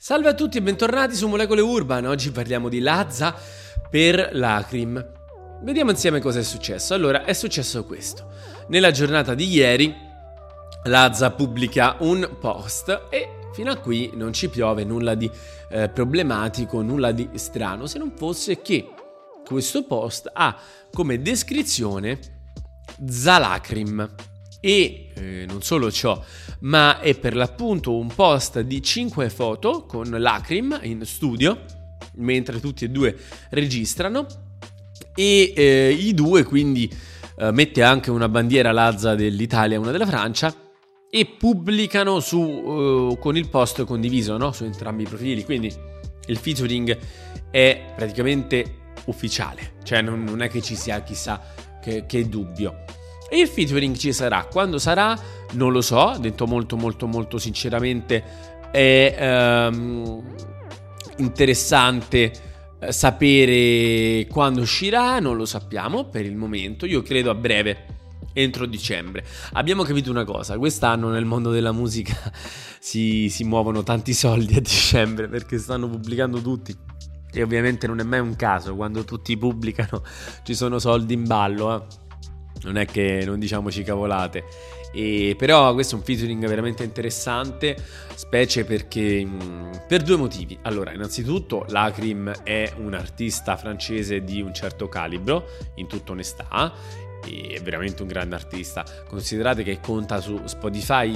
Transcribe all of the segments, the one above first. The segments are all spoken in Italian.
Salve a tutti e bentornati su Molecole Urban. Oggi parliamo di Lazza per Lacrim. Vediamo insieme cosa è successo. Allora, è successo questo. Nella giornata di ieri Lazza pubblica un post e fino a qui non ci piove nulla di problematico, nulla di strano, se non fosse che questo post ha come descrizione Zalacrim. E non solo ciò, ma è per l'appunto un post di 5 foto con Lacrim in studio mentre tutti e due registrano e i due quindi mette anche una bandiera Lazza dell'Italia e una della Francia e pubblicano con il post condiviso, no? Su entrambi i profili, quindi il featuring è praticamente ufficiale, cioè non è che ci sia chissà che dubbio. E il featuring ci sarà, quando sarà non lo so, detto molto sinceramente è interessante sapere quando uscirà, non lo sappiamo per il momento, io credo a breve, entro dicembre. Abbiamo capito una cosa, quest'anno nel mondo della musica si muovono tanti soldi a dicembre perché stanno pubblicando tutti e ovviamente non è mai un caso, quando tutti pubblicano ci sono soldi in ballo, Non è che non diciamoci cavolate. Però questo è un featuring veramente interessante, specie perché per due motivi. Allora, innanzitutto Lacrim è un artista francese di un certo calibro, in tutta onestà, è veramente un grande artista. Considerate che conta su Spotify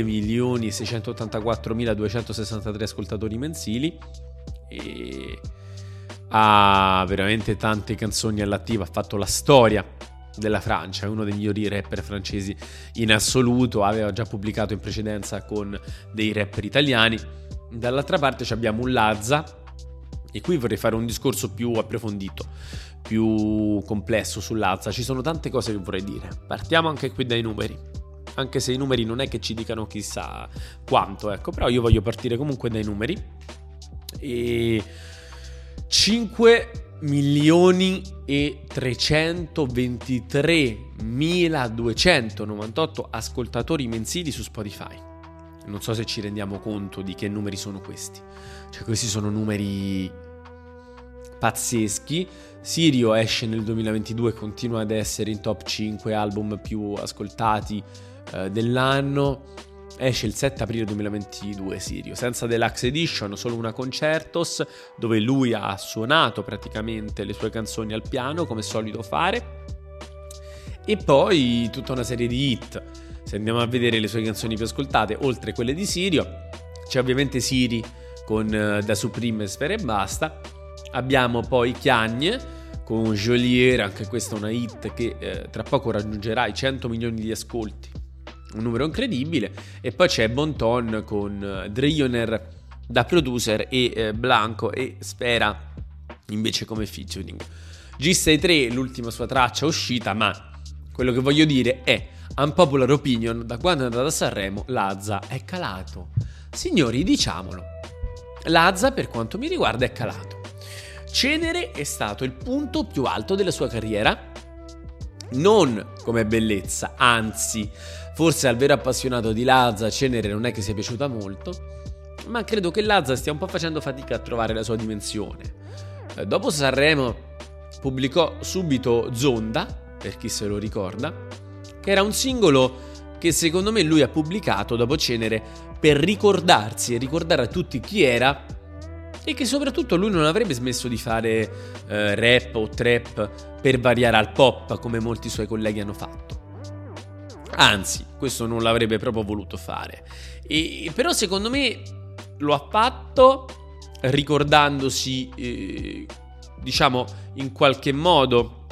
2.684.263 ascoltatori mensili e ha veramente tante canzoni all'attivo, ha fatto la storia della Francia, è uno dei migliori rapper francesi in assoluto, aveva già pubblicato in precedenza con dei rapper italiani. Dall'altra parte abbiamo un Lazza e qui vorrei fare un discorso più approfondito, più complesso su Lazza. Ci sono tante cose che vorrei dire, partiamo anche qui dai numeri, anche se i numeri non è che ci dicano chissà quanto, però io voglio partire comunque dai numeri. E 5.323.298 ascoltatori mensili su Spotify. Non so se ci rendiamo conto di che numeri sono questi. Cioè, questi sono numeri pazzeschi. Sirio esce nel 2022 e continua ad essere in top 5 album più ascoltati dell'anno. Esce il 7 aprile 2022 Sirio, senza deluxe edition, solo una concertos dove lui ha suonato praticamente le sue canzoni al piano come solito fare, e poi tutta una serie di hit. Se andiamo a vedere le sue canzoni più ascoltate, oltre quelle di Sirio, c'è ovviamente Siri con Da Supreme, Sfera e Basta. Abbiamo poi Chiagne con Jolier, anche questa è una hit che tra poco raggiungerà i 100 milioni di ascolti, un numero incredibile. E poi c'è Bonton con Drillionaire da producer e Blanco e Sfera invece come featuring. G63 l'ultima sua traccia uscita, ma quello che voglio dire è unpopular opinion: da quando è andato a Sanremo Lazza è calato. Signori, diciamolo, Lazza per quanto mi riguarda è calato. Cenere è stato il punto più alto della sua carriera, non come bellezza, anzi forse al vero appassionato di Lazza Cenere non è che sia piaciuta molto, ma credo che Lazza stia un po' facendo fatica a trovare la sua dimensione. Dopo Sanremo pubblicò subito Zonda, per chi se lo ricorda, che era un singolo che secondo me lui ha pubblicato dopo Cenere per ricordarsi e ricordare a tutti chi era, e che soprattutto lui non avrebbe smesso di fare rap o trap per variare al pop come molti suoi colleghi hanno fatto. Anzi, questo non l'avrebbe proprio voluto fare. Però secondo me lo ha fatto ricordandosi, diciamo, in qualche modo,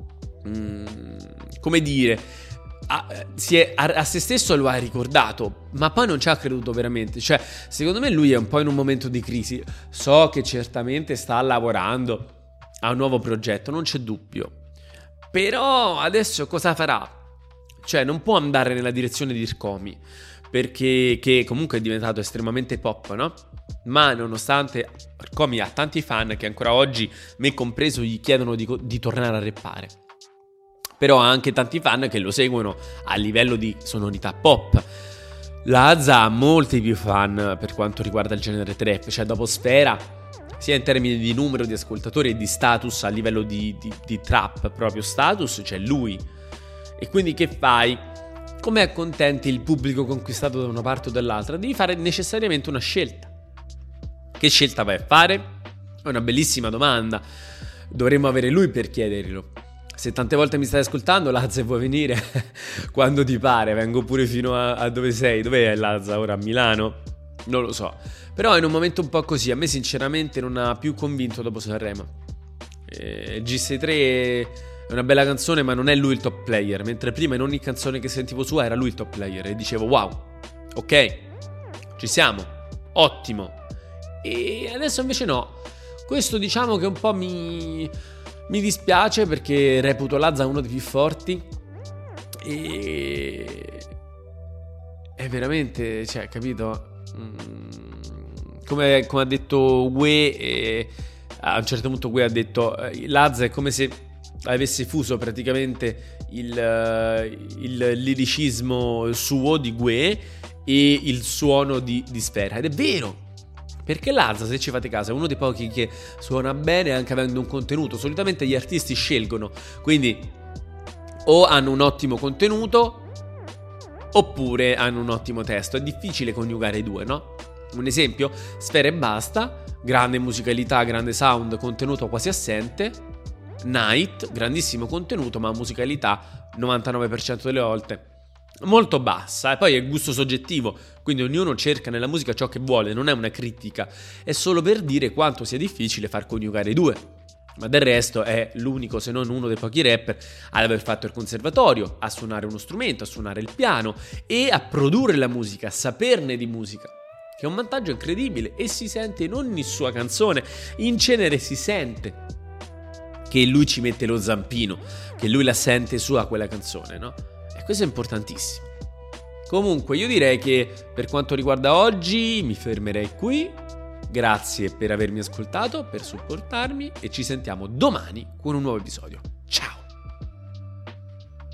come dire, a se stesso lo ha ricordato, ma poi non ci ha creduto veramente. Cioè, secondo me lui è un po' in un momento di crisi. So che certamente sta lavorando a un nuovo progetto, non c'è dubbio, però adesso cosa farà? Cioè, non può andare nella direzione di Ircomi, perché che comunque è diventato estremamente pop, no? Ma nonostante Ircomi ha tanti fan che ancora oggi, me compreso, gli chiedono di tornare a rappare, però ha anche tanti fan che lo seguono a livello di sonorità pop. Lazza ha molti più fan per quanto riguarda il genere trap, cioè dopo Sfera, sia in termini di numero di ascoltatori e di status a livello di trap, proprio status, c'è lui. E quindi che fai? Come accontenti il pubblico conquistato da una parte o dall'altra? Devi fare necessariamente una scelta. Che scelta vai a fare? È una bellissima domanda. Dovremmo avere lui per chiederglielo. Se tante volte mi stai ascoltando, Lazza, vuoi venire quando ti pare, vengo pure fino a dove sei. Dov'è Lazza ora? A Milano? Non lo so. Però in un momento un po' così, a me sinceramente non ha più convinto dopo Sanremo. G63 è una bella canzone, ma non è lui il top player. Mentre prima in ogni canzone che sentivo sua era lui il top player. E dicevo wow, ok, ci siamo, ottimo. E adesso invece no. Questo diciamo che un po' mi dispiace, perché reputo Lazza uno dei più forti. E è veramente, cioè, capito? Come ha detto Gue, a un certo punto Gue ha detto Lazza è come se avesse fuso praticamente il liricismo suo di Gue e il suono di Sfera. Ed è vero, perché Lazza, se ci fate caso, è uno dei pochi che suona bene anche avendo un contenuto. Solitamente gli artisti scelgono, quindi o hanno un ottimo contenuto oppure hanno un ottimo testo. È difficile coniugare i due, no? Un esempio, Sfera e Basta, grande musicalità, grande sound, contenuto quasi assente. Night, grandissimo contenuto, ma musicalità 99% delle volte molto bassa. E poi è gusto soggettivo, quindi ognuno cerca nella musica ciò che vuole, non è una critica, è solo per dire quanto sia difficile far coniugare i due. Ma del resto è l'unico, se non uno dei pochi rapper ad aver fatto il conservatorio, a suonare uno strumento, a suonare il piano e a produrre la musica, a saperne di musica, che è un vantaggio incredibile e si sente in ogni sua canzone. In Cenere si sente che lui ci mette lo zampino, che lui la sente sua quella canzone, no? E questo è importantissimo. Comunque io direi che per quanto riguarda oggi mi fermerei qui. Grazie per avermi ascoltato, per supportarmi, e ci sentiamo domani con un nuovo episodio.